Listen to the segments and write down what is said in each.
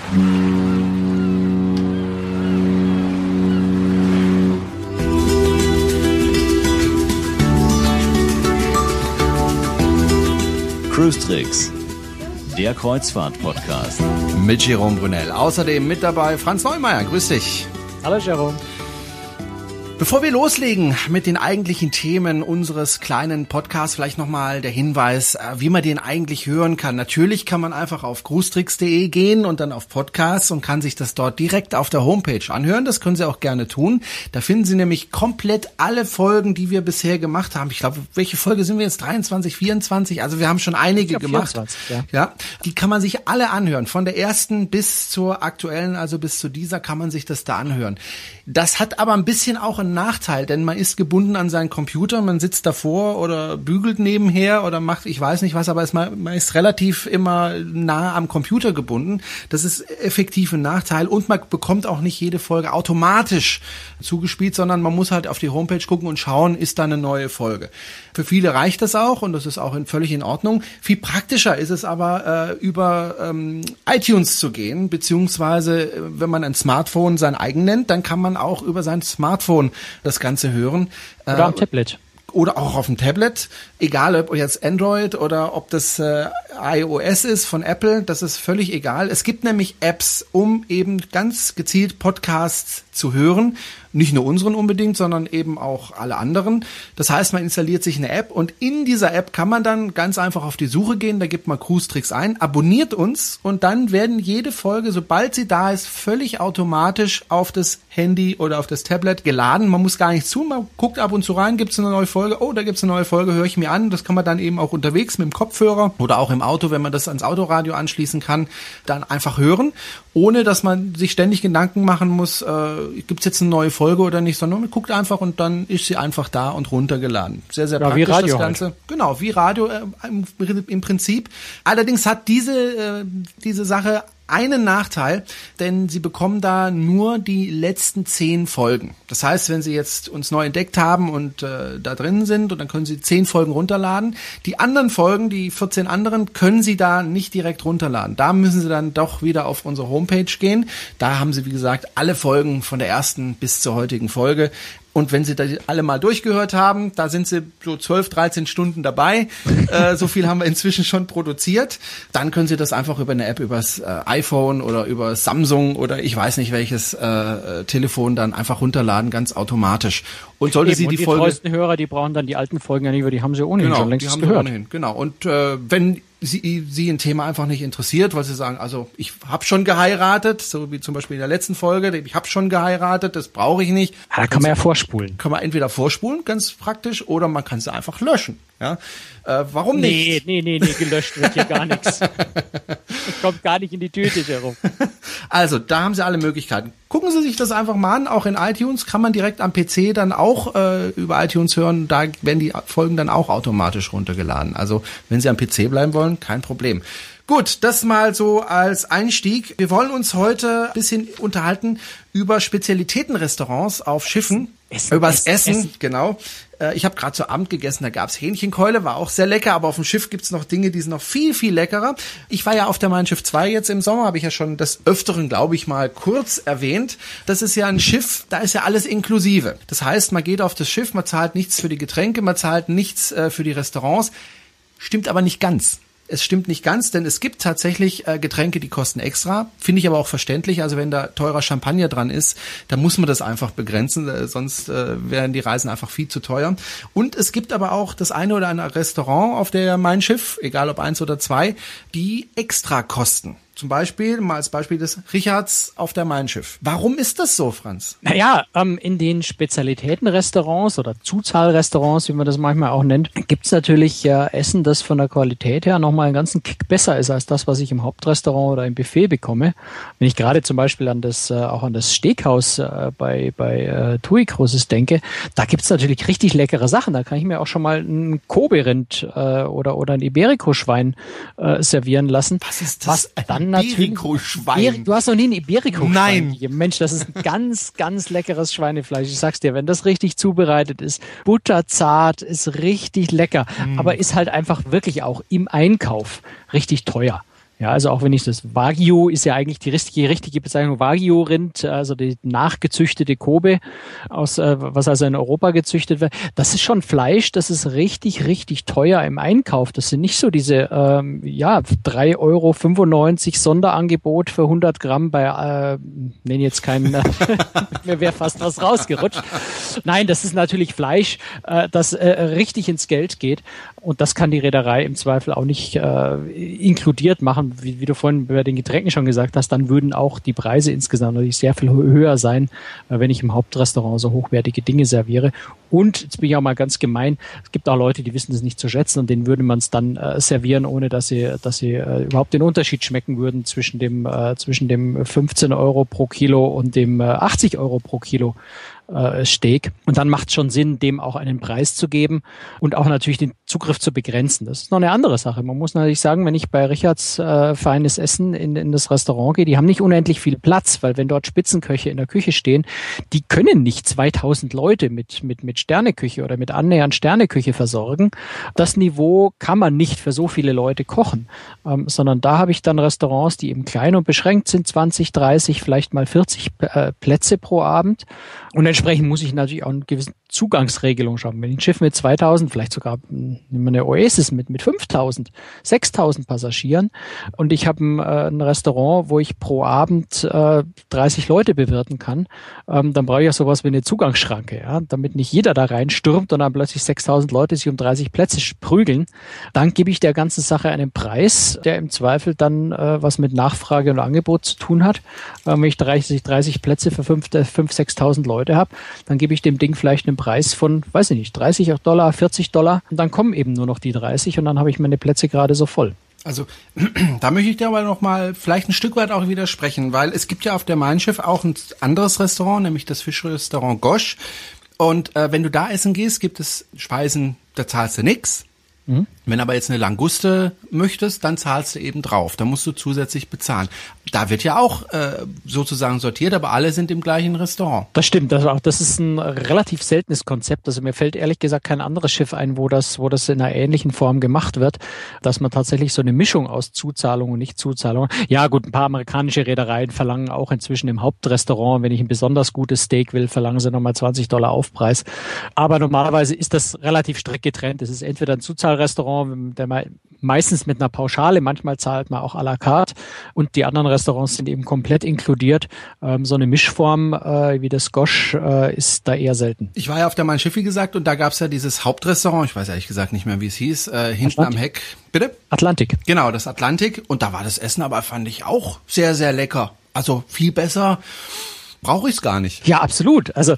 Cruise Tricks, der Kreuzfahrt-Podcast. Mit Jérôme Brunel. Außerdem mit dabei Franz Neumeier. Grüß dich. Hallo Jérôme. Bevor wir loslegen mit den eigentlichen Themen unseres kleinen Podcasts, vielleicht nochmal der Hinweis, wie man den eigentlich hören kann. Natürlich kann man einfach auf cruisetricks.de gehen und dann auf Podcasts und kann sich das dort direkt auf der Homepage anhören. Das können Sie auch gerne tun. Da finden Sie nämlich komplett alle Folgen, die wir bisher gemacht haben. Ich glaube, welche Folge sind wir jetzt? 23, 24? Also wir haben schon einige gemacht. 24, ja, die kann man sich alle anhören. Von der ersten bis zur aktuellen, also bis zu dieser, kann man sich das da anhören. Das hat aber ein bisschen auch einen Nachteil, denn man ist gebunden an seinen Computer, man sitzt davor oder bügelt nebenher oder macht, ich weiß nicht was, aber man ist relativ immer nah am Computer gebunden. Das ist effektiv ein Nachteil und man bekommt auch nicht jede Folge automatisch zugespielt, sondern man muss halt auf die Homepage gucken und schauen, ist da eine neue Folge. Für viele reicht das auch und das ist auch völlig in Ordnung. Viel praktischer ist es aber, über iTunes zu gehen, beziehungsweise wenn man ein Smartphone sein eigen nennt, dann kann man auch über sein Smartphone das Ganze hören. Oder am Tablet. Oder auch auf dem Tablet, egal ob jetzt Android oder ob das iOS ist von Apple, das ist völlig egal. Es gibt nämlich Apps, um eben ganz gezielt Podcasts zu hören. Nicht nur unseren unbedingt, sondern eben auch alle anderen. Das heißt, man installiert sich eine App und in dieser App kann man dann ganz einfach auf die Suche gehen, da gibt man Cruise Tricks ein, abonniert uns und dann werden jede Folge, sobald sie da ist, völlig automatisch auf das Handy oder auf das Tablet geladen. Man muss gar nichts tun, man guckt ab und zu rein, gibt es eine neue Folge, oh, da gibt es eine neue Folge, höre ich mir an. Das kann man dann eben auch unterwegs mit dem Kopfhörer oder auch im Auto, wenn man das ans Autoradio anschließen kann, dann einfach hören, ohne dass man sich ständig Gedanken machen muss, gibt es jetzt eine neue Folge oder nicht, sondern man guckt einfach und dann ist sie einfach da und runtergeladen. Sehr, sehr praktisch, wie Radio das Ganze. Halt. Genau, wie Radio im Prinzip. Allerdings hat diese Sache einen Nachteil, denn Sie bekommen da nur die letzten 10 Folgen. Das heißt, wenn Sie jetzt uns neu entdeckt haben und da drin sind, und dann können Sie 10 Folgen runterladen. Die anderen Folgen, die 14 anderen, können Sie da nicht direkt runterladen. Da müssen Sie dann doch wieder auf unsere Homepage gehen. Da haben Sie, wie gesagt, alle Folgen von der ersten bis zur heutigen Folge. Und wenn Sie da alle mal durchgehört haben, da sind Sie so 12, 13 Stunden dabei. So viel haben wir inzwischen schon produziert. Dann können Sie das einfach über eine App, übers iPhone oder über Samsung oder ich weiß nicht welches Telefon dann einfach runterladen, ganz automatisch. Und sollte Sie die Folge... Die treuesten Hörer, die brauchen dann die alten Folgen ja nicht, weil die haben sie ohnehin schon längst gehört. Genau, die haben sie ohnehin, genau. Und wenn Sie ein Thema einfach nicht interessiert, weil Sie sagen, also ich habe schon geheiratet, so wie zum Beispiel in der letzten Folge, ich habe schon geheiratet, das brauche ich nicht. Da kann man ja vorspulen. Kann man entweder vorspulen, ganz praktisch, oder man kann sie einfach löschen. Ja, warum nicht? Nee, gelöscht wird hier gar nichts. Das kommt gar nicht in die Tüte herum. Also, da haben Sie alle Möglichkeiten. Gucken Sie sich das einfach mal an, auch in iTunes kann man direkt am PC dann auch über iTunes hören. Da werden die Folgen dann auch automatisch runtergeladen. Also, wenn Sie am PC bleiben wollen, kein Problem. Gut, das mal so als Einstieg. Wir wollen uns heute ein bisschen unterhalten über Spezialitätenrestaurants auf Schiffen. Übers Essen, genau. Ich habe gerade zu Abend gegessen, da gab's Hähnchenkeule, war auch sehr lecker, aber auf dem Schiff gibt's noch Dinge, die sind noch viel, viel leckerer. Ich war ja auf der Mein Schiff 2 jetzt im Sommer, habe ich ja schon des Öfteren, glaube ich, mal kurz erwähnt. Das ist ja ein Schiff, da ist ja alles inklusive. Das heißt, man geht auf das Schiff, man zahlt nichts für die Getränke, man zahlt nichts für die Restaurants. Stimmt aber nicht ganz. Es stimmt nicht ganz, denn es gibt tatsächlich Getränke, die kosten extra. Finde ich aber auch verständlich. Also wenn da teurer Champagner dran ist, dann muss man das einfach begrenzen. Sonst wären die Reisen einfach viel zu teuer. Und es gibt aber auch das eine oder andere Restaurant auf der Mein Schiff, egal ob 1 oder 2, die extra kosten. Zum Beispiel, mal als Beispiel des Richards auf der Mein Schiff. Warum ist das so, Franz? Naja, in den Spezialitätenrestaurants oder Zuzahlrestaurants, wie man das manchmal auch nennt, gibt's natürlich Essen, das von der Qualität her nochmal einen ganzen Kick besser ist als das, was ich im Hauptrestaurant oder im Buffet bekomme. Wenn ich gerade zum Beispiel an das Steakhouse bei TUI Cruises denke, da gibt's natürlich richtig leckere Sachen. Da kann ich mir auch schon mal ein Kobe-Rind oder ein Iberico-Schwein servieren lassen. Was ist das? Dann Iberico-Schwein. Du hast noch nie ein Iberico-Schwein. Nein. Mensch, das ist ein ganz, ganz leckeres Schweinefleisch. Ich sag's dir, wenn das richtig zubereitet ist, butterzart, ist richtig lecker. Aber ist halt einfach wirklich auch im Einkauf richtig teuer. Ja, also auch wenn ich das Wagyu ist ja eigentlich die richtige Bezeichnung Wagyu-Rind, also die nachgezüchtete Kobe was also in Europa gezüchtet wird. Das ist schon Fleisch, das ist richtig, richtig teuer im Einkauf. Das sind nicht so diese 3,95 € Sonderangebot für 100 Gramm bei nenne jetzt keinen mir wäre fast was rausgerutscht. Nein, das ist natürlich Fleisch, das richtig ins Geld geht. Und das kann die Reederei im Zweifel auch nicht inkludiert machen, wie du vorhin bei den Getränken schon gesagt hast. Dann würden auch die Preise insgesamt natürlich sehr viel höher sein, wenn ich im Hauptrestaurant so hochwertige Dinge serviere. Und, jetzt bin ich auch mal ganz gemein, es gibt auch Leute, die wissen das nicht zu schätzen und denen würde man es dann servieren, ohne dass sie überhaupt den Unterschied schmecken würden zwischen dem 15 € pro Kilo und dem 80 € pro Kilo Steak. Und dann macht es schon Sinn, dem auch einen Preis zu geben und auch natürlich den Zugriff zu begrenzen. Das ist noch eine andere Sache. Man muss natürlich sagen, wenn ich bei Richards feines Essen in das Restaurant gehe, die haben nicht unendlich viel Platz, weil wenn dort Spitzenköche in der Küche stehen, die können nicht 2000 Leute mit Sterneküche oder mit annähernd Sterneküche versorgen. Das Niveau kann man nicht für so viele Leute kochen, sondern da habe ich dann Restaurants, die eben klein und beschränkt sind, 20, 30, vielleicht mal 40 Plätze pro Abend. Und entsprechend muss ich natürlich auch eine gewisse Zugangsregelung schaffen. Wenn ich ein Schiff mit 2000, vielleicht sogar eine Oasis mit 5000, 6000 Passagieren und ich habe ein Restaurant, wo ich pro Abend 30 Leute bewirten kann, dann brauche ich auch sowas wie eine Zugangsschranke, ja, damit nicht jeder da reinstürmt und dann plötzlich 6000 Leute sich um 30 Plätze prügeln. Dann gebe ich der ganzen Sache einen Preis, der im Zweifel dann was mit Nachfrage und Angebot zu tun hat. Wenn ich 30 Plätze für 5.000, 6.000 Leute habe, dann gebe ich dem Ding vielleicht einen Preis von, weiß ich nicht, $30, $40 und dann kommen eben nur noch die 30 und dann habe ich meine Plätze gerade so voll. Also da möchte ich dir aber noch mal vielleicht ein Stück weit auch widersprechen, weil es gibt ja auf der Mein Schiff auch ein anderes Restaurant, nämlich das Fischrestaurant Gosch. Und wenn du da essen gehst, gibt es Speisen, da zahlst du nix. Mhm. Wenn aber jetzt eine Languste möchtest, dann zahlst du eben drauf. Da musst du zusätzlich bezahlen. Da wird ja auch sozusagen sortiert, aber alle sind im gleichen Restaurant. Das stimmt. Das ist ein relativ seltenes Konzept. Also mir fällt ehrlich gesagt kein anderes Schiff ein, wo das in einer ähnlichen Form gemacht wird, dass man tatsächlich so eine Mischung aus Zuzahlung und Nichtzuzahlung. Ja gut, ein paar amerikanische Reedereien verlangen auch inzwischen im Hauptrestaurant, wenn ich ein besonders gutes Steak will, verlangen sie nochmal $20 Aufpreis. Aber normalerweise ist das relativ strikt getrennt. Es ist entweder ein Zuzahlrestaurant, der meistens mit einer Pauschale, manchmal zahlt man auch à la carte und die anderen Restaurants sind eben komplett inkludiert. So eine Mischform wie das Gosch ist da eher selten. Ich war ja auf der Mein Schiff, wie gesagt, und da gab's ja dieses Hauptrestaurant, ich weiß ehrlich gesagt nicht mehr, wie es hieß, hinten Atlantik. Am Heck. Bitte? Atlantik. Genau, das Atlantik. Und da war das Essen aber, fand ich, auch sehr, sehr lecker. Also viel besser brauche ich es gar nicht. Ja, absolut. Also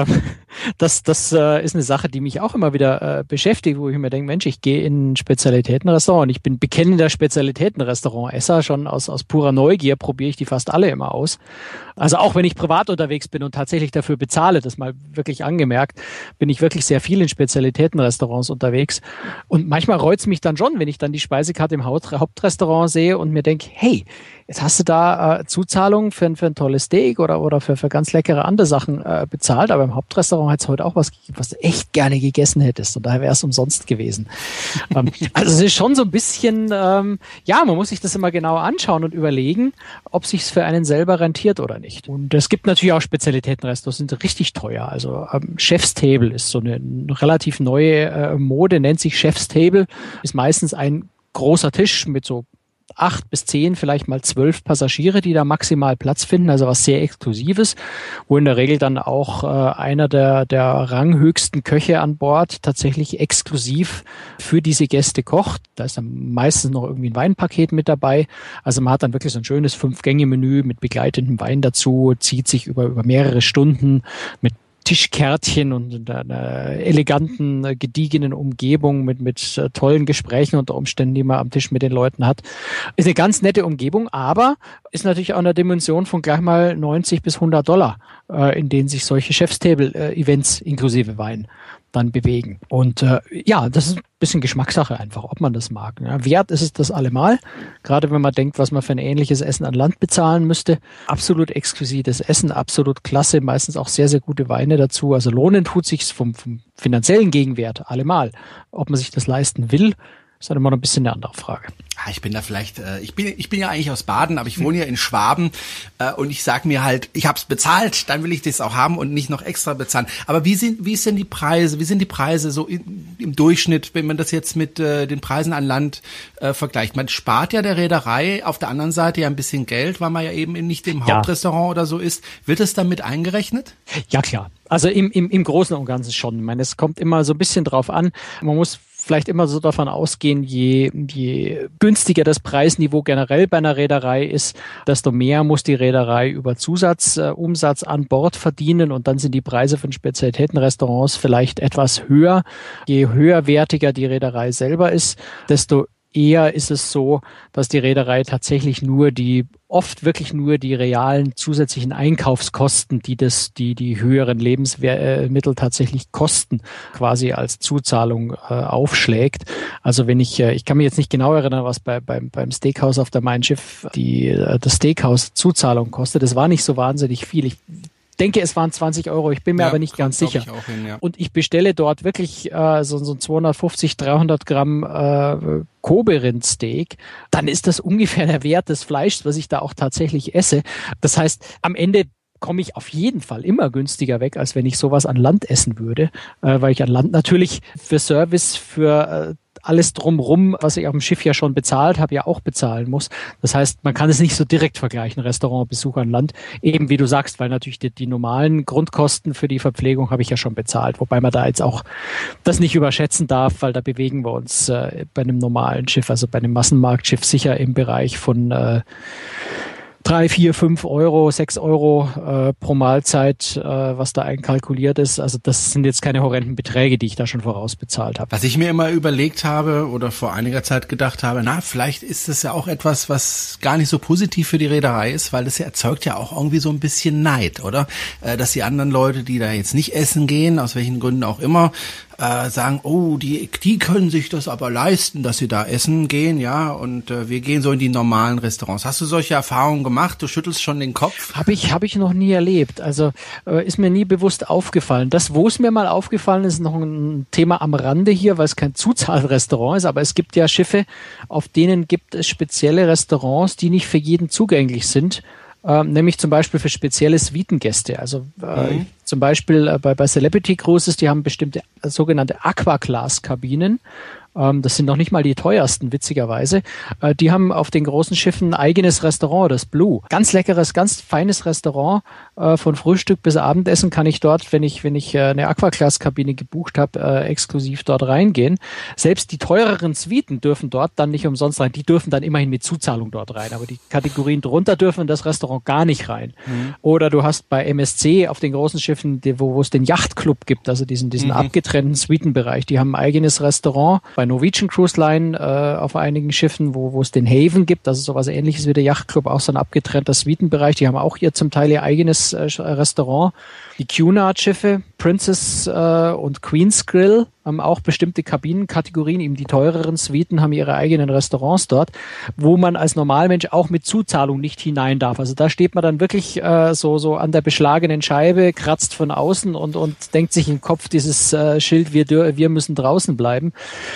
das ist eine Sache, die mich auch immer wieder beschäftigt, wo ich mir denke, Mensch, ich gehe in ein Spezialitätenrestaurant und ich bin bekennender Spezialitätenrestaurant-Esser, schon aus purer Neugier probiere ich die fast alle immer aus. Also auch wenn ich privat unterwegs bin und tatsächlich dafür bezahle, das mal wirklich angemerkt, bin ich wirklich sehr viel in Spezialitätenrestaurants unterwegs und manchmal reut's mich dann schon, wenn ich dann die Speisekarte im Hauptrestaurant sehe und mir denke, hey, jetzt hast du da Zuzahlung für ein tolles Steak oder für ganz leckere andere Sachen bezahlt, aber im Hauptrestaurant hättest du heute auch was gegeben, was du echt gerne gegessen hättest und daher wäre es umsonst gewesen. Also es ist schon so ein bisschen, man muss sich das immer genau anschauen und überlegen, ob sich's für einen selber rentiert oder nicht. Und es gibt natürlich auch Spezialitätenrestaurants, sind richtig teuer. Also Chef's Table ist so eine relativ neue Mode, nennt sich Chef's Table, ist meistens ein großer Tisch mit so 8 bis 10, vielleicht mal 12 Passagiere, die da maximal Platz finden, also was sehr Exklusives, wo in der Regel dann auch einer der ranghöchsten Köche an Bord tatsächlich exklusiv für diese Gäste kocht. Da ist dann meistens noch irgendwie ein Weinpaket mit dabei. Also man hat dann wirklich so ein schönes 5-Gänge-Menü mit begleitendem Wein dazu, zieht sich über mehrere Stunden mit Tischkärtchen und einer eleganten, gediegenen Umgebung mit tollen Gesprächen unter Umständen, die man am Tisch mit den Leuten hat. Ist eine ganz nette Umgebung, aber ist natürlich auch eine Dimension von gleich mal $90 bis $100, in denen sich solche Chef's-Table-Events inklusive Wein dann bewegen. Und das ist ein bisschen Geschmackssache einfach, ob man das mag. Ja, wert ist es das allemal, gerade wenn man denkt, was man für ein ähnliches Essen an Land bezahlen müsste. Absolut exklusives Essen, absolut klasse, meistens auch sehr, sehr gute Weine dazu. Also lohnen tut sich's vom finanziellen Gegenwert allemal. Ob man sich das leisten will, ist dann immer noch ein bisschen eine andere Frage. Ich bin da vielleicht, ich bin ja eigentlich aus Baden, aber ich wohne ja in Schwaben und ich sag mir halt, ich hab's bezahlt, dann will ich das auch haben und nicht noch extra bezahlen. Aber wie sind die Preise so im Durchschnitt, wenn man das jetzt mit den Preisen an Land vergleicht? Man spart ja der Reederei auf der anderen Seite ja ein bisschen Geld, weil man ja eben nicht im Hauptrestaurant oder so ist. Wird es damit eingerechnet? Ja, klar. Also im Großen und Ganzen schon. Ich meine, es kommt immer so ein bisschen drauf an. Man muss vielleicht immer so davon ausgehen, je günstiger das Preisniveau generell bei einer Reederei ist, desto mehr muss die Reederei über Zusatzumsatz an Bord verdienen und dann sind die Preise von Spezialitätenrestaurants vielleicht etwas höher. Je höherwertiger die Reederei selber ist, desto eher ist es so, dass die Reederei tatsächlich oft wirklich nur die realen zusätzlichen Einkaufskosten, die höheren Lebensmittel tatsächlich kosten, quasi als Zuzahlung aufschlägt. Also wenn ich kann mich jetzt nicht genau erinnern, was beim Steakhouse auf der Mein Schiff das Steakhouse Zuzahlung kostet. Das war nicht so wahnsinnig viel. Ich denke, es waren 20 €, ich bin mir aber nicht ganz sicher. Und ich bestelle dort wirklich so 250, 300 Gramm Kobe-Rindsteak, dann ist das ungefähr der Wert des Fleischs, was ich da auch tatsächlich esse. Das heißt, am Ende komme ich auf jeden Fall immer günstiger weg, als wenn ich sowas an Land essen würde, weil ich an Land natürlich für Service, für alles drumrum, was ich auf dem Schiff ja schon bezahlt habe, ja auch bezahlen muss. Das heißt, man kann es nicht so direkt vergleichen, Restaurantbesuch an Land. Eben wie du sagst, weil natürlich die normalen Grundkosten für die Verpflegung habe ich ja schon bezahlt. Wobei man da jetzt auch das nicht überschätzen darf, weil da bewegen wir uns bei einem normalen Schiff, also bei einem Massenmarktschiff sicher im Bereich von 3, 4, 5 €, 6 € pro Mahlzeit, was da einkalkuliert ist. Also das sind jetzt keine horrenden Beträge, die ich da schon vorausbezahlt habe. Was ich mir immer überlegt habe oder vor einiger Zeit gedacht habe, vielleicht ist das ja auch etwas, was gar nicht so positiv für die Reederei ist, weil das erzeugt ja auch irgendwie so ein bisschen Neid, oder? Dass die anderen Leute, die da jetzt nicht essen gehen, aus welchen Gründen auch immer, sagen, die können sich das aber leisten, dass sie da essen gehen, ja, und wir gehen so in die normalen Restaurants. Hast du solche Erfahrungen gemacht? Du schüttelst schon den Kopf. Hab ich noch nie erlebt. Also ist mir nie bewusst aufgefallen. Das, wo es mir mal aufgefallen ist, noch ein Thema am Rande hier, weil es kein Zuzahlrestaurant ist, aber es gibt ja Schiffe, auf denen gibt es spezielle Restaurants, die nicht für jeden zugänglich sind. Nämlich zum Beispiel für spezielle Suitengäste. Also zum Beispiel bei Celebrity Cruises, die haben bestimmte sogenannte Aqua-Class-Kabinen. Das sind noch nicht mal die teuersten, witzigerweise. Die haben auf den großen Schiffen ein eigenes Restaurant, das Blue. Ganz leckeres, ganz feines Restaurant. Von Frühstück bis Abendessen kann ich dort, wenn ich eine Aqua-Class-Kabine gebucht habe, exklusiv dort reingehen. Selbst die teureren Suiten dürfen dort dann nicht umsonst rein. Die dürfen dann immerhin mit Zuzahlung dort rein. Aber die Kategorien drunter dürfen in das Restaurant gar nicht rein. Mhm. Oder du hast bei MSC auf den großen Schiffen, wo es den Yachtclub gibt, also diesen abgetrennten Suitenbereich. Die haben ein eigenes Restaurant. Bei Norwegian Cruise Line auf einigen Schiffen, wo es den Haven gibt, also sowas Ähnliches wie der Yachtclub, auch so ein abgetrennter Suitenbereich. Die haben auch hier zum Teil ihr eigenes Restaurant. Die Cunard-Schiffe, Princess und Queen's Grill, haben auch bestimmte Kabinenkategorien, eben die teureren Suiten haben ihre eigenen Restaurants dort, wo man als Normalmensch auch mit Zuzahlung nicht hinein darf. Also da steht man dann wirklich so an der beschlagenen Scheibe, kratzt von außen und denkt sich im Kopf dieses Schild, wir müssen draußen bleiben.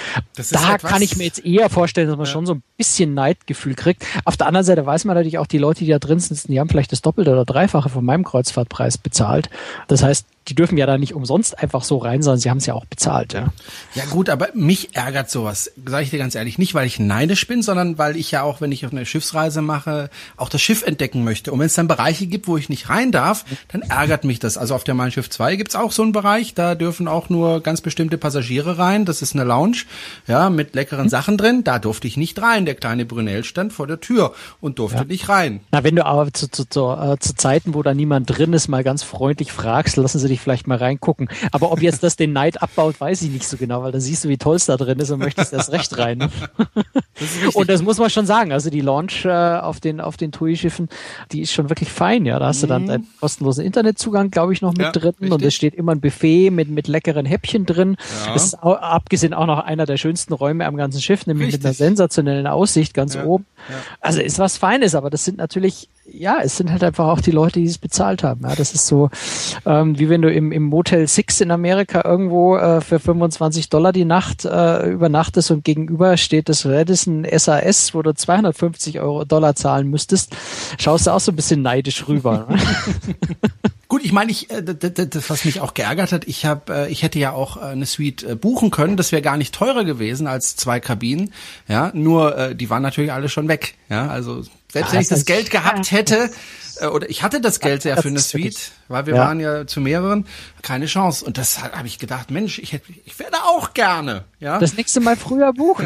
Da kann ich mir jetzt eher vorstellen, dass man schon so ein bisschen Neidgefühl kriegt. Auf der anderen Seite weiß man natürlich auch, die Leute, die da drin sitzen, die haben vielleicht das Doppelte oder Dreifache von meinem Kreuzfahrtpreis bezahlt. Das heißt, die dürfen ja da nicht umsonst einfach so rein, sondern sie haben es ja auch bezahlt. Ja gut, aber mich ärgert sowas, sage ich dir ganz ehrlich, nicht weil ich neidisch bin, sondern weil ich ja auch, wenn ich auf eine Schiffsreise mache, auch das Schiff entdecken möchte. Und wenn es dann Bereiche gibt, wo ich nicht rein darf, dann ärgert mich das. Also auf der Mein Schiff 2 gibt's auch so einen Bereich, da dürfen auch nur ganz bestimmte Passagiere rein. Das ist eine Lounge, ja, mit leckeren Sachen drin. Da durfte ich nicht rein. Der kleine Brunel stand vor der Tür und durfte nicht rein. Na, wenn du aber zu Zeiten, wo da niemand drin ist, mal ganz freundlich fragst, lassen sie dich vielleicht mal reingucken. Aber ob jetzt das den Neid abbaut, weiß ich nicht so genau, weil da siehst du, wie toll es da drin ist und möchtest erst recht rein. Und das muss man schon sagen. Also die Launch auf den TUI-Schiffen, die ist schon wirklich fein. Ja, da hast du dann einen kostenlosen Internetzugang, glaube ich, noch mit drin. Richtig. Und es steht immer ein Buffet mit leckeren Häppchen drin. Ja. Das ist abgesehen auch noch einer der schönsten Räume am ganzen Schiff, nämlich mit einer sensationellen Aussicht ganz oben. Ja. Also ist was Feines, aber das sind natürlich, es sind halt einfach auch die Leute, die es bezahlt haben. Ja, das ist so, wie wenn du im Motel 6 in Amerika irgendwo für $25 die Nacht übernachtest und gegenüber steht das Radisson SAS, wo du $250 zahlen müsstest, schaust du auch so ein bisschen neidisch rüber. Gut, ich meine, das, was mich auch geärgert hat, ich hätte ja auch eine Suite buchen können, das wäre gar nicht teurer gewesen als 2 Kabinen, ja, nur die waren natürlich alle schon weg, ja, also selbst wenn ich das Geld gehabt hätte, oder ich hatte das Geld ja für eine Suite, weil wir waren ja zu mehreren, keine Chance. Und das habe ich gedacht, Mensch, ich werde auch gerne. Ja? Das nächste Mal früher buchen.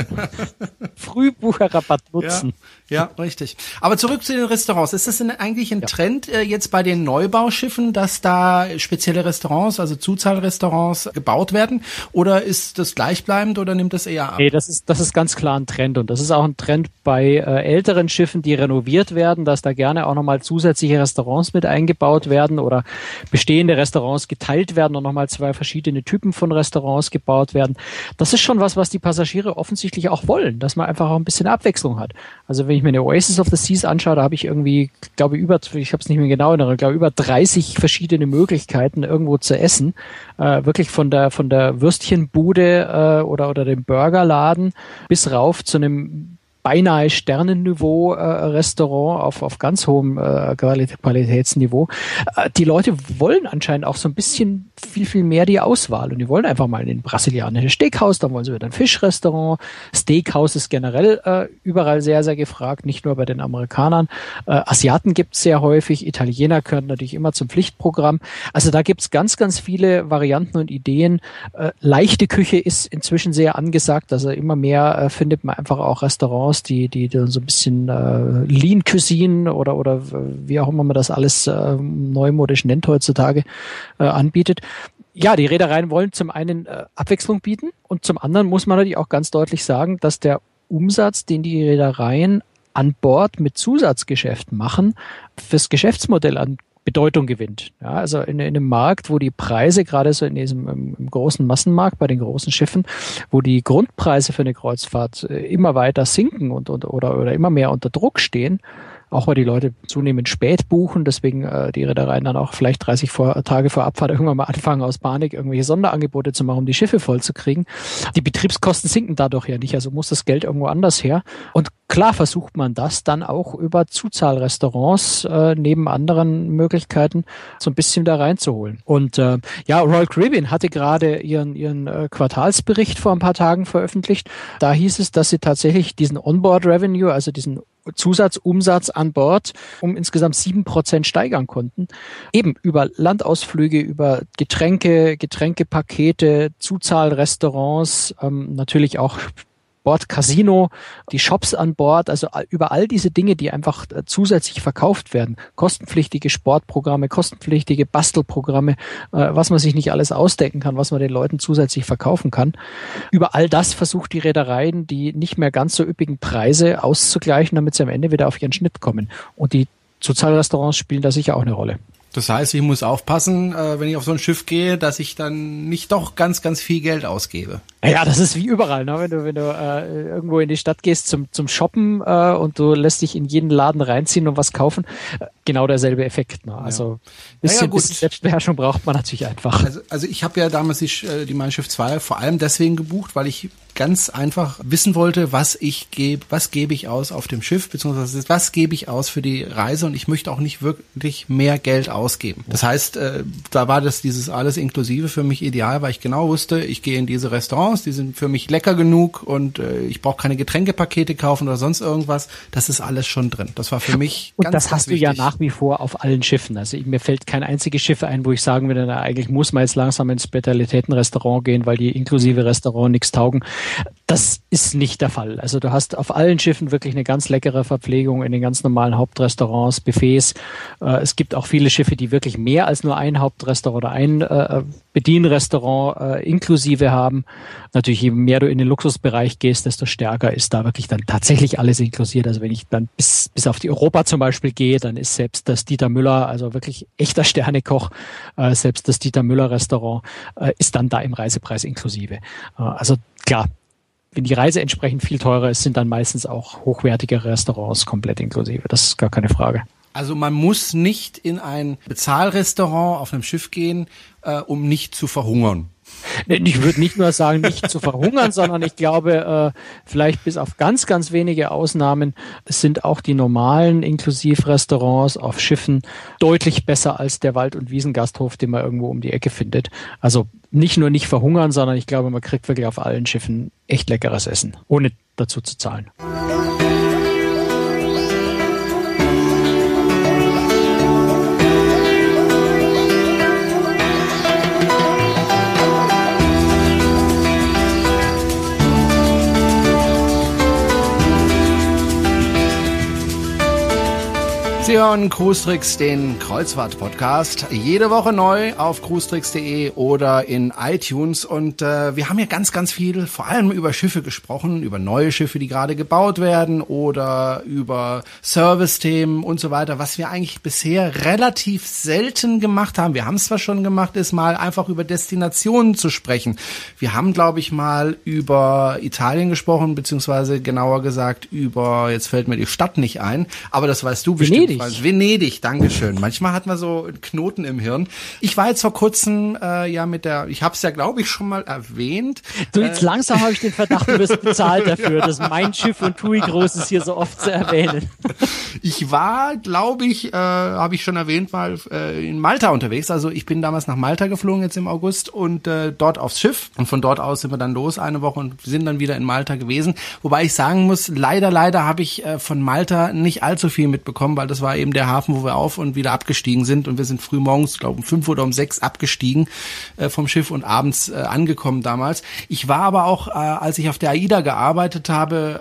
Frühbucherrabatt nutzen. Ja, richtig. Aber zurück zu den Restaurants. Ist das eigentlich ein Trend jetzt bei den Neubauschiffen, dass da spezielle Restaurants, also Zuzahlrestaurants gebaut werden? Oder ist das gleichbleibend oder nimmt das eher ab? Nee, das ist ganz klar ein Trend. Und das ist auch ein Trend bei älteren Schiffen, die renoviert werden, dass da gerne auch nochmal zusätzliche Restaurants mit eingebaut werden oder bestehende Restaurants geteilt werden und nochmal 2 verschiedene Typen von Restaurants gebaut werden. Das ist schon was die Passagiere offensichtlich auch wollen, dass man einfach auch ein bisschen Abwechslung hat. Also wenn ich mir eine Oasis of the Seas anschaue, da habe ich irgendwie, glaube ich, ich habe es nicht mehr genau in Erinnerung, über 30 verschiedene Möglichkeiten irgendwo zu essen. Wirklich von der Würstchenbude oder dem Burgerladen bis rauf zu einem beinahe Sternenniveau Restaurant auf ganz hohem Qualitätsniveau. Die Leute wollen anscheinend auch so ein bisschen viel mehr die Auswahl und die wollen einfach mal in ein brasilianisches Steakhouse, dann wollen sie wieder ein Fischrestaurant. Steakhouse ist generell überall sehr, sehr gefragt, nicht nur bei den Amerikanern. Asiaten gibt's sehr häufig, Italiener gehören natürlich immer zum Pflichtprogramm. Also da gibt's ganz, ganz viele Varianten und Ideen. Leichte Küche ist inzwischen sehr angesagt, also immer mehr findet man einfach auch Restaurants, die so ein bisschen Lean Cuisine oder wie auch immer man das alles neumodisch nennt heutzutage anbietet. Ja, die Reedereien wollen zum einen Abwechslung bieten und zum anderen muss man natürlich auch ganz deutlich sagen, dass der Umsatz, den die Reedereien an Bord mit Zusatzgeschäften machen, fürs Geschäftsmodell an Bedeutung gewinnt. Ja, also in einem Markt, wo die Preise gerade so in diesem im großen Massenmarkt bei den großen Schiffen, wo die Grundpreise für eine Kreuzfahrt immer weiter sinken oder immer mehr unter Druck stehen, auch weil die Leute zunehmend spät buchen, deswegen die Reedereien dann auch vielleicht 30 Tage vor Abfahrt irgendwann mal anfangen, aus Panik irgendwelche Sonderangebote zu machen, um die Schiffe voll zu kriegen. Die Betriebskosten sinken dadurch ja nicht, also muss das Geld irgendwo anders her. Und klar versucht man das dann auch über Zuzahlrestaurants neben anderen Möglichkeiten so ein bisschen da reinzuholen. Und Royal Caribbean hatte gerade ihren Quartalsbericht vor ein paar Tagen veröffentlicht. Da hieß es, dass sie tatsächlich diesen Onboard Revenue, also diesen Zusatzumsatz an Bord um insgesamt 7% steigern konnten. Eben über Landausflüge, über Getränkepakete, Zuzahlrestaurants, natürlich auch Bord-Casino, die Shops an Bord, also über all diese Dinge, die einfach zusätzlich verkauft werden. Kostenpflichtige Sportprogramme, kostenpflichtige Bastelprogramme, was man sich nicht alles ausdenken kann, was man den Leuten zusätzlich verkaufen kann. Über all das versucht die Reedereien, die nicht mehr ganz so üppigen Preise auszugleichen, damit sie am Ende wieder auf ihren Schnitt kommen. Und die Zuzahlrestaurants spielen da sicher auch eine Rolle. Das heißt, ich muss aufpassen, wenn ich auf so ein Schiff gehe, dass ich dann nicht doch ganz, ganz viel Geld ausgebe. Ja, das ist wie überall, ne? Wenn du irgendwo in die Stadt gehst zum Shoppen und du lässt dich in jeden Laden reinziehen und was kaufen, genau derselbe Effekt. Ne? Also bisschen Selbstbeherrschung braucht man natürlich einfach. Also ich habe ja damals die Mein Schiff 2 vor allem deswegen gebucht, weil ich ganz einfach wissen wollte, was gebe ich aus auf dem Schiff, beziehungsweise was gebe ich aus für die Reise und ich möchte auch nicht wirklich mehr Geld ausgeben. Das heißt, da war dieses alles inklusive für mich ideal, weil ich genau wusste, ich gehe in diese Restaurants, die sind für mich lecker genug und ich brauche keine Getränkepakete kaufen oder sonst irgendwas. Das ist alles schon drin. Das war für mich ganz wichtig. Und das hast du ja nach wie vor auf allen Schiffen. Also mir fällt kein einziges Schiff ein, wo ich sagen würde, eigentlich muss man jetzt langsam ins Spezialitätenrestaurant gehen, weil die inklusive Restaurant nichts taugen. Das ist nicht der Fall. Also du hast auf allen Schiffen wirklich eine ganz leckere Verpflegung in den ganz normalen Hauptrestaurants, Buffets. Es gibt auch viele Schiffe, die wirklich mehr als nur ein Hauptrestaurant oder ein Bedienrestaurant inklusive haben. Natürlich, je mehr du in den Luxusbereich gehst, desto stärker ist da wirklich dann tatsächlich alles inklusiert. Also wenn ich dann bis auf die Europa zum Beispiel gehe, dann ist selbst das Dieter Müller, also wirklich echter Sternekoch, selbst das Dieter Müller Restaurant ist dann da im Reisepreis inklusive. Also klar, wenn die Reise entsprechend viel teurer ist, sind dann meistens auch hochwertige Restaurants komplett inklusive. Das ist gar keine Frage. Also man muss nicht in ein Bezahlrestaurant auf einem Schiff gehen, um nicht zu verhungern. Ich würde nicht nur sagen, nicht zu verhungern, sondern ich glaube, vielleicht bis auf ganz, ganz wenige Ausnahmen sind auch die normalen Inklusivrestaurants auf Schiffen deutlich besser als der Wald- und Wiesengasthof, den man irgendwo um die Ecke findet. Also nicht nur nicht verhungern, sondern ich glaube, man kriegt wirklich auf allen Schiffen echt leckeres Essen, ohne dazu zu zahlen. Sie hören Cruise Tricks, den Kreuzfahrt-Podcast, jede Woche neu auf cruisetricks.de oder in iTunes. Und wir haben hier ganz, ganz viel, vor allem über Schiffe gesprochen, über neue Schiffe, die gerade gebaut werden oder über Service-Themen und so weiter, was wir eigentlich bisher relativ selten gemacht haben. Wir haben es zwar schon gemacht, ist mal einfach über Destinationen zu sprechen. Wir haben, glaube ich, mal über Italien gesprochen, beziehungsweise genauer gesagt über, jetzt fällt mir die Stadt nicht ein, aber das weißt du bestimmt. Venedig, Dankeschön. Manchmal hat man so einen Knoten im Hirn. Ich war jetzt vor kurzem ich habe es ja, glaube ich, schon mal erwähnt. Du, jetzt langsam habe ich den Verdacht, du wirst bezahlt dafür, dass mein Schiff und TUI Großes hier so oft zu erwähnen. Ich war, glaube ich, habe ich schon erwähnt, mal in Malta unterwegs. Also ich bin damals nach Malta geflogen jetzt im August und dort aufs Schiff. Und von dort aus sind wir dann los eine Woche und sind dann wieder in Malta gewesen. Wobei ich sagen muss, leider habe ich von Malta nicht allzu viel mitbekommen, weil das war eben der Hafen, wo wir auf und wieder abgestiegen sind. Und wir sind früh morgens, glaube ich, um 5 oder um 6 abgestiegen vom Schiff und abends angekommen damals. Ich war aber auch, als ich auf der AIDA gearbeitet habe,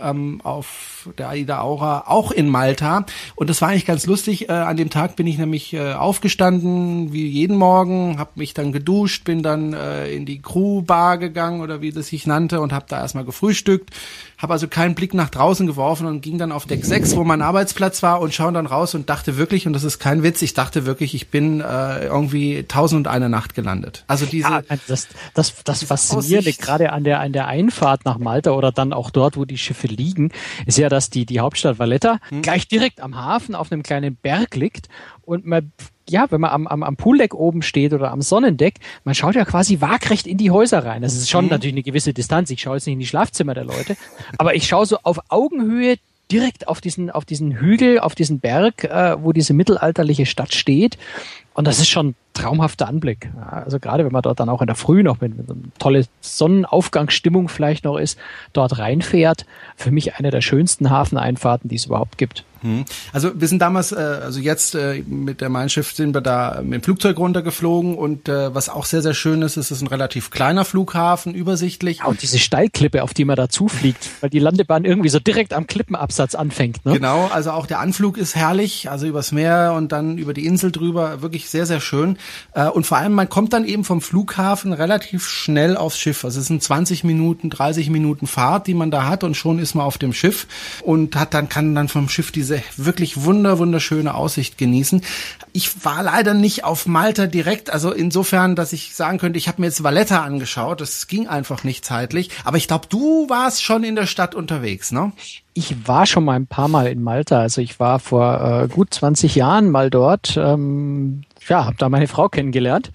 auf der AIDA Aura, auch in Malta. Und das war eigentlich ganz lustig. An dem Tag bin ich nämlich aufgestanden, wie jeden Morgen, habe mich dann geduscht, bin dann in die Crewbar gegangen oder wie das sich nannte und habe da erstmal gefrühstückt. Habe also keinen Blick nach draußen geworfen und ging dann auf Deck 6, wo mein Arbeitsplatz war, und schaue dann raus und dachte wirklich, und das ist kein Witz, ich dachte wirklich, ich bin irgendwie 1001 Nacht gelandet. Also diese das Faszinierende gerade an der Einfahrt nach Malta oder dann auch dort, wo die Schiffe liegen, ist ja, dass die Hauptstadt Valletta gleich direkt am Hafen auf einem kleinen Berg liegt und man, ja, wenn man am Pooldeck oben steht oder am Sonnendeck, man schaut ja quasi waagrecht in die Häuser rein. Das ist schon natürlich eine gewisse Distanz. Ich schaue jetzt nicht in die Schlafzimmer der Leute, aber ich schaue so auf Augenhöhe direkt auf diesen Hügel, auf diesen Berg, wo diese mittelalterliche Stadt steht. Und das ist schon ein traumhafter Anblick. Ja, also gerade wenn man dort dann auch in der Früh noch mit so einer tolle Sonnenaufgangsstimmung vielleicht noch ist, dort reinfährt. Für mich eine der schönsten Hafeneinfahrten, die es überhaupt gibt. Also wir sind damals, mit der Mein Schiff sind wir da mit dem Flugzeug runtergeflogen und was auch sehr, sehr schön ist, ist ein relativ kleiner Flughafen, übersichtlich. Ja, und diese Steilklippe, auf die man da zufliegt, weil die Landebahn irgendwie so direkt am Klippenabsatz anfängt. Ne? Genau, also auch der Anflug ist herrlich, also übers Meer und dann über die Insel drüber, wirklich sehr, sehr schön. Und vor allem, man kommt dann eben vom Flughafen relativ schnell aufs Schiff. Also es sind 20 Minuten, 30 Minuten Fahrt, die man da hat, und schon ist man auf dem Schiff und kann dann vom Schiff diese wirklich wunderschöne Aussicht genießen. Ich war leider nicht auf Malta direkt, also insofern, dass ich sagen könnte, ich habe mir jetzt Valletta angeschaut, das ging einfach nicht zeitlich, aber ich glaube, du warst schon in der Stadt unterwegs, ne? Ich war schon mal ein paar Mal in Malta, also ich war vor gut 20 Jahren mal dort, habe da meine Frau kennengelernt.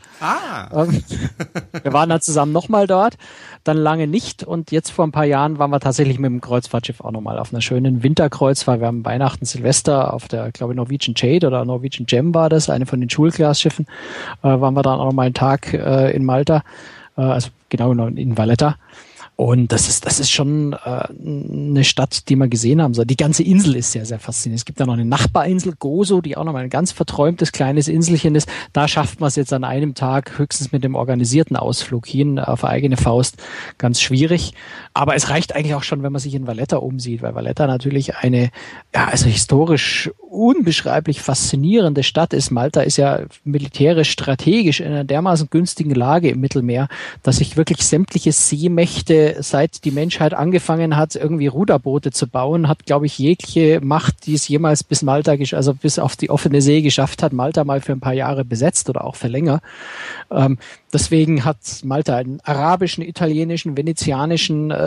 Wir waren dann zusammen nochmal dort, dann lange nicht, und jetzt vor ein paar Jahren waren wir tatsächlich mit dem Kreuzfahrtschiff auch nochmal auf einer schönen Winterkreuzfahrt. Wir haben Weihnachten, Silvester auf der, glaube ich, Norwegian Jade oder Norwegian Gem war das, eine von den Schulklasschiffen, waren wir dann auch nochmal einen Tag in Malta, also genau in Valletta. Und das ist schon eine Stadt, die wir gesehen haben. So, die ganze Insel ist sehr, sehr faszinierend. Es gibt da noch eine Nachbarinsel, Gozo, die auch noch mal ein ganz verträumtes kleines Inselchen ist. Da schafft man es jetzt an einem Tag höchstens mit dem organisierten Ausflug hin auf eigene Faust. Ganz schwierig. Aber es reicht eigentlich auch schon, wenn man sich in Valletta umsieht, weil Valletta natürlich eine, also historisch unbeschreiblich faszinierende Stadt ist. Malta ist ja militärisch, strategisch in einer dermaßen günstigen Lage im Mittelmeer, dass sich wirklich sämtliche Seemächte, seit die Menschheit angefangen hat, irgendwie Ruderboote zu bauen, hat, glaube ich, jegliche Macht, die es jemals bis Malta, also bis auf die offene See geschafft hat, Malta mal für ein paar Jahre besetzt oder auch für länger. Deswegen hat Malta einen arabischen, italienischen, venezianischen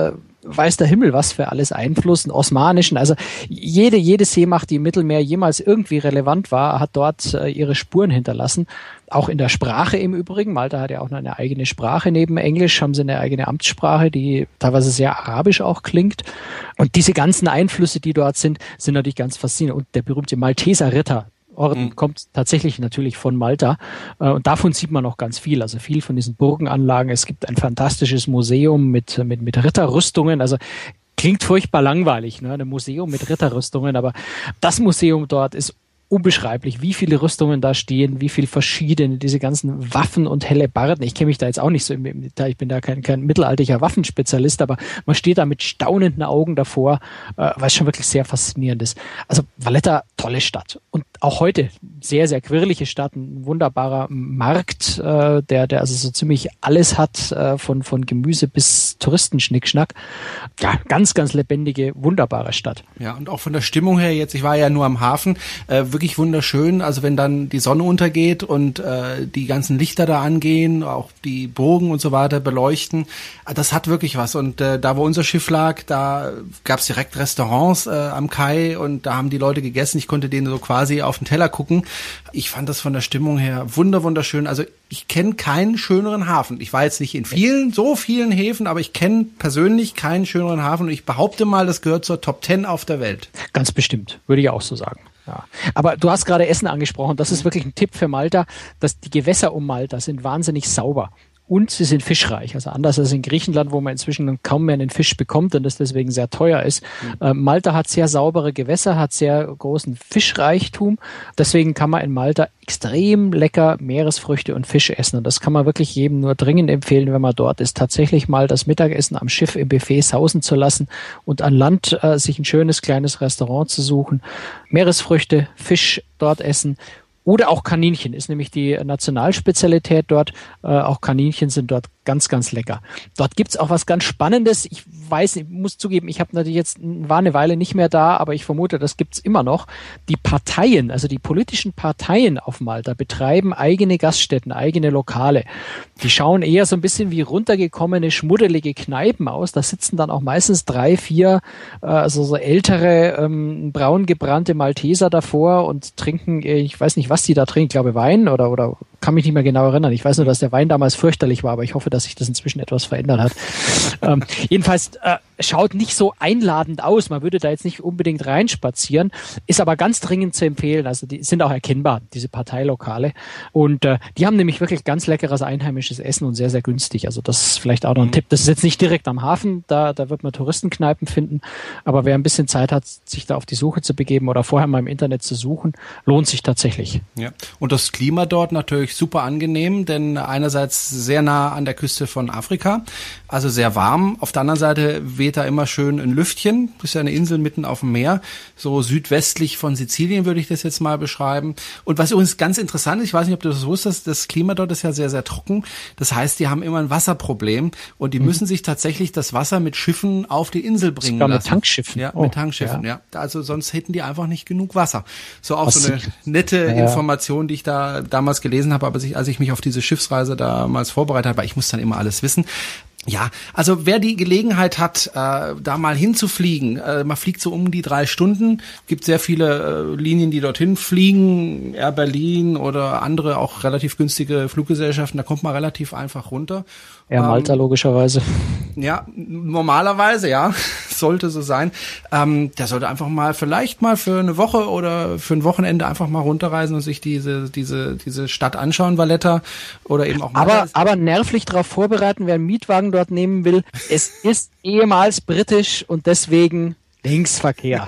weiß der Himmel was für alles Einfluss, einen osmanischen, also jede Seemacht, die im Mittelmeer jemals irgendwie relevant war, hat dort ihre Spuren hinterlassen. Auch in der Sprache im Übrigen. Malta hat ja auch noch eine eigene Sprache neben Englisch, haben sie eine eigene Amtssprache, die teilweise sehr arabisch auch klingt. Und diese ganzen Einflüsse, die dort sind natürlich ganz faszinierend. Und der berühmte Malteser Ritterorden kommt tatsächlich natürlich von Malta. Und davon sieht man noch ganz viel. Also viel von diesen Burgenanlagen. Es gibt ein fantastisches Museum mit Ritterrüstungen. Also klingt furchtbar langweilig, ne? Ein Museum mit Ritterrüstungen. Aber das Museum dort ist unbeschreiblich, wie viele Rüstungen da stehen, wie viele verschiedene, diese ganzen Waffen und Hellebarden. Ich kenne mich da jetzt auch nicht so im Detail, ich bin da kein mittelalterlicher Waffenspezialist, aber man steht da mit staunenden Augen davor, weil es schon wirklich sehr faszinierend ist. Also Valletta, tolle Stadt. Und auch heute sehr, sehr quirlige Stadt, ein wunderbarer Markt, der also so ziemlich alles hat, von Gemüse bis Touristenschnickschnack. Ja, ganz, ganz lebendige, wunderbare Stadt. Ja, und auch von der Stimmung her jetzt, ich war ja nur am Hafen, wirklich wunderschön, also wenn dann die Sonne untergeht und die ganzen Lichter da angehen, auch die Burgen und so weiter beleuchten, das hat wirklich was. Und da, wo unser Schiff lag, da gab's direkt Restaurants am Kai und da haben die Leute gegessen, ich konnte denen so quasi auf den Teller gucken. Ich fand das von der Stimmung her wunderschön. Also ich kenne keinen schöneren Hafen. Ich war jetzt nicht in so vielen Häfen, aber ich kenne persönlich keinen schöneren Hafen und ich behaupte mal, das gehört zur Top 10 auf der Welt. Ganz bestimmt, würde ich auch so sagen. Ja. Aber du hast gerade Essen angesprochen. Das ist wirklich ein Tipp für Malta, dass die Gewässer um Malta sind wahnsinnig sauber. Und sie sind fischreich, also anders als in Griechenland, wo man inzwischen kaum mehr einen Fisch bekommt und das deswegen sehr teuer ist. Malta hat sehr saubere Gewässer, hat sehr großen Fischreichtum. Deswegen kann man in Malta extrem lecker Meeresfrüchte und Fisch essen. Und das kann man wirklich jedem nur dringend empfehlen, wenn man dort ist, tatsächlich mal das Mittagessen am Schiff im Buffet sausen zu lassen und an Land sich ein schönes kleines Restaurant zu suchen. Meeresfrüchte, Fisch dort essen. Oder auch Kaninchen ist nämlich die Nationalspezialität dort. Auch Kaninchen sind dort ganz, ganz lecker. Dort gibt's auch was ganz Spannendes. Ich muss zugeben, ich habe natürlich war eine Weile nicht mehr da, aber ich vermute, das gibt's immer noch. Die Parteien, also die politischen Parteien auf Malta betreiben eigene Gaststätten, eigene Lokale. Die schauen eher so ein bisschen wie runtergekommene, schmuddelige Kneipen aus. Da sitzen dann auch meistens 3, 4, also so ältere, braun gebrannte Malteser davor und trinken, ich weiß nicht, was die da trinken, ich glaube Wein oder kann mich nicht mehr genau erinnern. Ich weiß nur, dass der Wein damals fürchterlich war, aber ich hoffe, dass sich das inzwischen etwas verändert hat. Jedenfalls schaut nicht so einladend aus. Man würde da jetzt nicht unbedingt reinspazieren, ist aber ganz dringend zu empfehlen. Also die sind auch erkennbar, diese Parteilokale. Und die haben nämlich wirklich ganz leckeres einheimisches Essen und sehr, sehr günstig. Also das ist vielleicht auch noch ein Tipp. Das ist jetzt nicht direkt am Hafen, da wird man Touristenkneipen finden. Aber wer ein bisschen Zeit hat, sich da auf die Suche zu begeben oder vorher mal im Internet zu suchen, lohnt sich tatsächlich. Ja. Und das Klima dort natürlich super angenehm, denn einerseits sehr nah an der Küste von Afrika, also sehr warm. Auf der anderen Seite weht da immer schön ein Lüftchen. Das ist ja eine Insel mitten auf dem Meer, so südwestlich von Sizilien würde ich das jetzt mal beschreiben. Und was übrigens ganz interessant ist, ich weiß nicht, ob du das wusstest, das Klima dort ist ja sehr, sehr trocken. Das heißt, die haben immer ein Wasserproblem und die müssen sich tatsächlich das Wasser mit Schiffen auf die Insel bringen sogar lassen. Mit Tankschiffen? Ja, mit Tankschiffen, ja. Also sonst hätten die einfach nicht genug Wasser. So auch so eine nette Information, die ich da damals gelesen habe, aber als ich mich auf diese Schiffsreise damals vorbereitet habe, weil ich muss dann immer alles wissen. Ja, also wer die Gelegenheit hat, da mal hinzufliegen, man fliegt so um die 3 Stunden, gibt sehr viele Linien, die dorthin fliegen, Air Berlin oder andere auch relativ günstige Fluggesellschaften, da kommt man relativ einfach runter. Air Malta logischerweise. Ja, normalerweise, ja, sollte so sein. Der sollte einfach mal vielleicht mal für eine Woche oder für ein Wochenende einfach mal runterreisen und sich diese Stadt anschauen, Valletta oder eben auch mal. Aber nervlich darauf vorbereiten, wer einen Mietwagen dort nehmen will. Es ist ehemals britisch und deswegen Linksverkehr.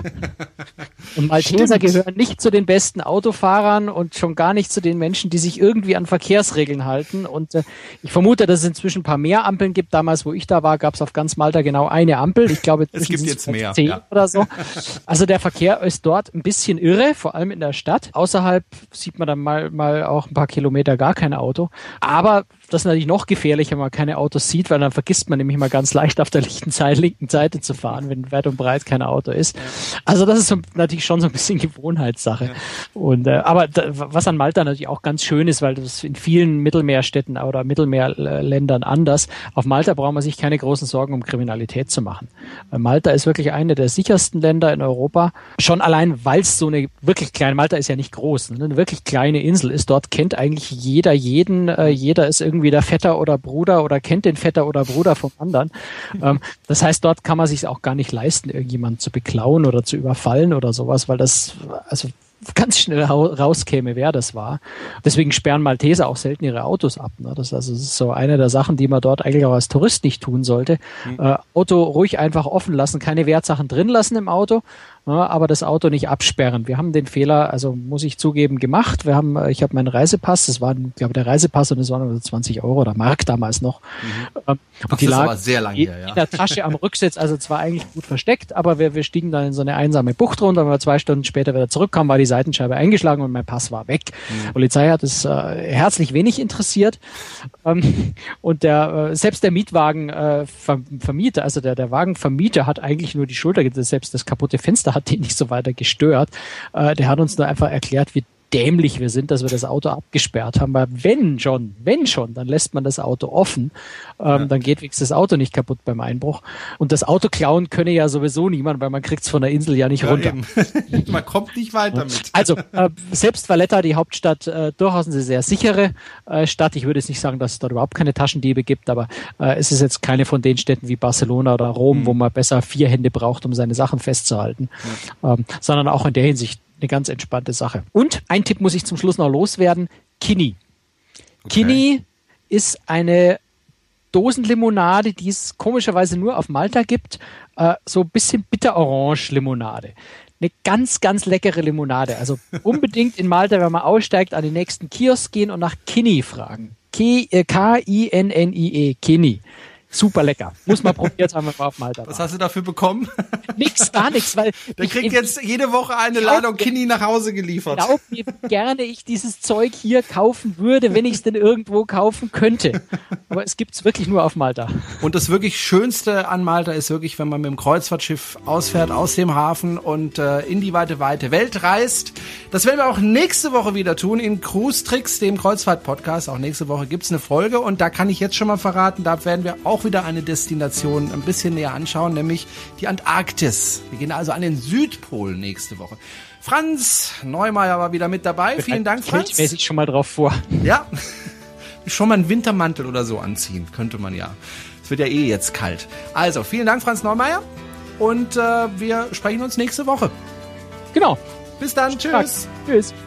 Und Malteser gehören nicht zu den besten Autofahrern und schon gar nicht zu den Menschen, die sich irgendwie an Verkehrsregeln halten. Und ich vermute, dass es inzwischen ein paar mehr Ampeln gibt. Damals, wo ich da war, gab es auf ganz Malta genau eine Ampel. Ich glaube, es gibt jetzt mehr 10 oder so. Also der Verkehr ist dort ein bisschen irre, vor allem in der Stadt. Außerhalb sieht man dann mal auch ein paar Kilometer gar kein Auto. Aber das ist natürlich noch gefährlicher, wenn man keine Autos sieht, weil dann vergisst man nämlich mal ganz leicht auf der linken Seite zu fahren, wenn weit und breit kein Auto ist. Ja. Also das ist natürlich schon so ein bisschen Gewohnheitssache. Ja. Und aber was an Malta natürlich auch ganz schön ist, weil das in vielen Mittelmeerstädten oder Mittelmeerländern anders. Auf Malta braucht man sich keine großen Sorgen um Kriminalität zu machen. Malta ist wirklich eine der sichersten Länder in Europa. Schon allein, weil es so eine wirklich kleine, Malta ist ja nicht groß, eine wirklich kleine Insel ist. Dort kennt eigentlich jeder jeden. Jeder ist irgendwie der Vetter oder Bruder oder kennt den Vetter oder Bruder vom anderen. Das heißt, dort kann man sich auch gar nicht leisten, irgendjemanden zu beklauen oder zu überfallen oder sowas, weil das also ganz schnell rauskäme, wer das war. Deswegen sperren Malteser auch selten ihre Autos ab. Ne? Das ist so eine der Sachen, die man dort eigentlich auch als Tourist nicht tun sollte. Auto ruhig einfach offen lassen, keine Wertsachen drin lassen im Auto, aber das Auto nicht absperren. Wir haben den Fehler, also muss ich zugeben, gemacht. Ich habe meinen Reisepass, das war, glaube ich, der Reisepass und das waren 20 Euro oder Mark damals noch. Und das ist aber sehr lange her, ja. In der Tasche am Rücksitz, also zwar eigentlich gut versteckt, aber wir stiegen dann in so eine einsame Bucht runter. Wenn wir 2 Stunden später wieder zurückkamen, war die Seitenscheibe eingeschlagen und mein Pass war weg. Die Polizei hat es herzlich wenig interessiert. Und selbst der Mietwagenvermieter, also der Wagenvermieter hat eigentlich nur die Schulter, selbst das kaputte Fenster hat den nicht so weiter gestört. Der hat uns nur einfach erklärt, wie dämlich wir sind, dass wir das Auto abgesperrt haben, weil wenn schon, dann lässt man das Auto offen, dann geht wenigstens das Auto nicht kaputt beim Einbruch. Und das Auto klauen könne ja sowieso niemand, weil man kriegt's von der Insel ja nicht runter. Man kommt nicht weiter mit. Also selbst Valletta, die Hauptstadt, durchaus eine sehr sichere Stadt. Ich würde jetzt nicht sagen, dass es dort überhaupt keine Taschendiebe gibt, aber es ist jetzt keine von den Städten wie Barcelona oder Rom, wo man besser 4 Hände braucht, um seine Sachen festzuhalten, sondern auch in der Hinsicht eine ganz entspannte Sache. Und ein Tipp muss ich zum Schluss noch loswerden. Kinni. Okay. Kinni ist eine Dosenlimonade, die es komischerweise nur auf Malta gibt. So ein bisschen Bitter-Orange-Limonade. Eine ganz, ganz leckere Limonade. Also unbedingt in Malta, wenn man aussteigt, an den nächsten Kiosk gehen und nach Kinni fragen. K-I-N-N-I-E. Kinni. Super lecker. Muss man probiert haben, wenn man auf Malta war. Was hast du dafür bekommen? Gar nichts, weil der kriegt jetzt jede Woche eine Ladung Kinni nach Hause geliefert. Glaub mir, wie gerne ich dieses Zeug hier kaufen würde, wenn ich es denn irgendwo kaufen könnte. Aber es gibt's wirklich nur auf Malta. Und das wirklich Schönste an Malta ist wirklich, wenn man mit dem Kreuzfahrtschiff ausfährt aus dem Hafen und in die weite Welt reist. Das werden wir auch nächste Woche wieder tun in Cruise Tricks, dem Kreuzfahrt-Podcast. Auch nächste Woche gibt's eine Folge und da kann ich jetzt schon mal verraten, da werden wir auch wieder eine Destination ein bisschen näher anschauen, nämlich die Antarktis. Wir gehen also an den Südpol nächste Woche. Franz Neumeier war wieder mit dabei. Vielen Dank, Franz. Ich mäßig schon mal drauf vor. Ja, schon mal einen Wintermantel oder so anziehen, könnte man ja. Es wird ja eh jetzt kalt. Also, vielen Dank, Franz Neumeier. Und wir sprechen uns nächste Woche. Genau. Bis dann. Tschüss. Tschüss.